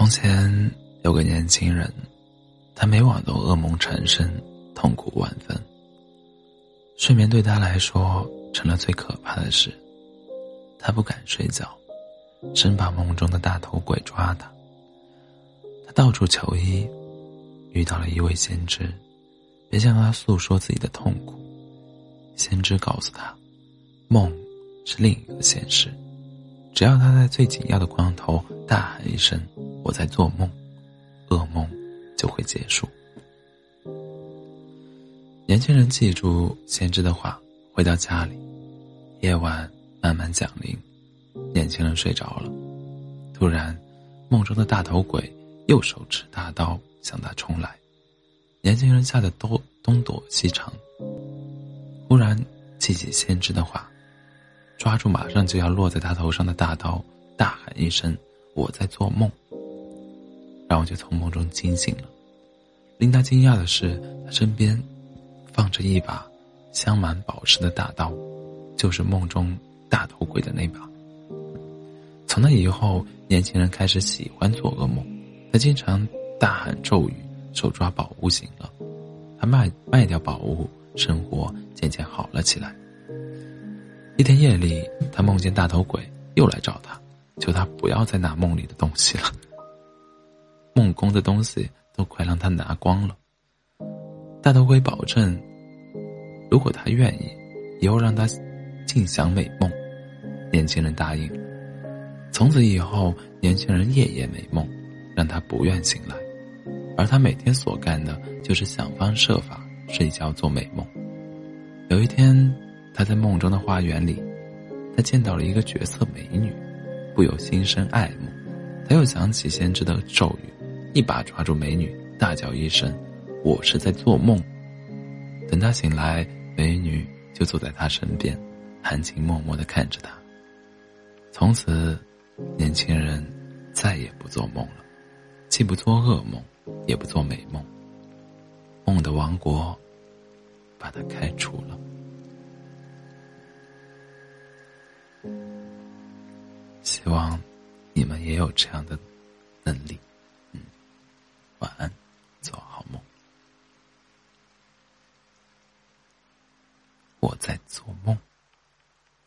前有个年轻人，他每晚都噩梦缠身，痛苦万分。睡眠对他来说成了最可怕的事，他不敢睡觉，生怕梦中的大头鬼抓他。他到处求医，遇到了一位先知，便向他诉说自己的痛苦。先知告诉他，梦是另一个现实，只要他在最紧要的关头大喊一声我在做梦，噩梦就会结束。年轻人记住先知的话，回到家里，夜晚慢慢降临，年轻人睡着了。突然梦中的大头鬼又手持大刀向他冲来，年轻人吓得东躲西藏，忽然记起先知的话，抓住马上就要落在他头上的大刀，大喊一声我在做梦，然后就从梦中惊醒了。令他惊讶的是，他身边放着一把镶满宝石的大刀，就是梦中大头鬼的那把。从那以后，年轻人开始喜欢做噩梦，他经常大喊咒语，手抓宝物醒了。他卖掉宝物，生活渐渐好了起来。一天夜里，他梦见大头鬼又来找他，求他不要再拿梦里的东西了，梦宫的东西都快让他拿光了。大头鬼保证，如果他愿意，以后让他尽享美梦。年轻人答应了。从此以后，年轻人夜夜美梦，让他不愿醒来，而他每天所干的就是想方设法睡觉做美梦。有一天，他在梦中的花园里，他见到了一个绝色美女，不由心生爱慕。他又想起先知的咒语，一把抓住美女，大叫一声我是在做梦。等他醒来，美女就坐在他身边，含情脉脉地看着他。从此，年轻人再也不做梦了，既不做噩梦，也不做美梦。梦的王国把他开除了。希望你们也有这样的能力。晚安，做好梦。我在做梦。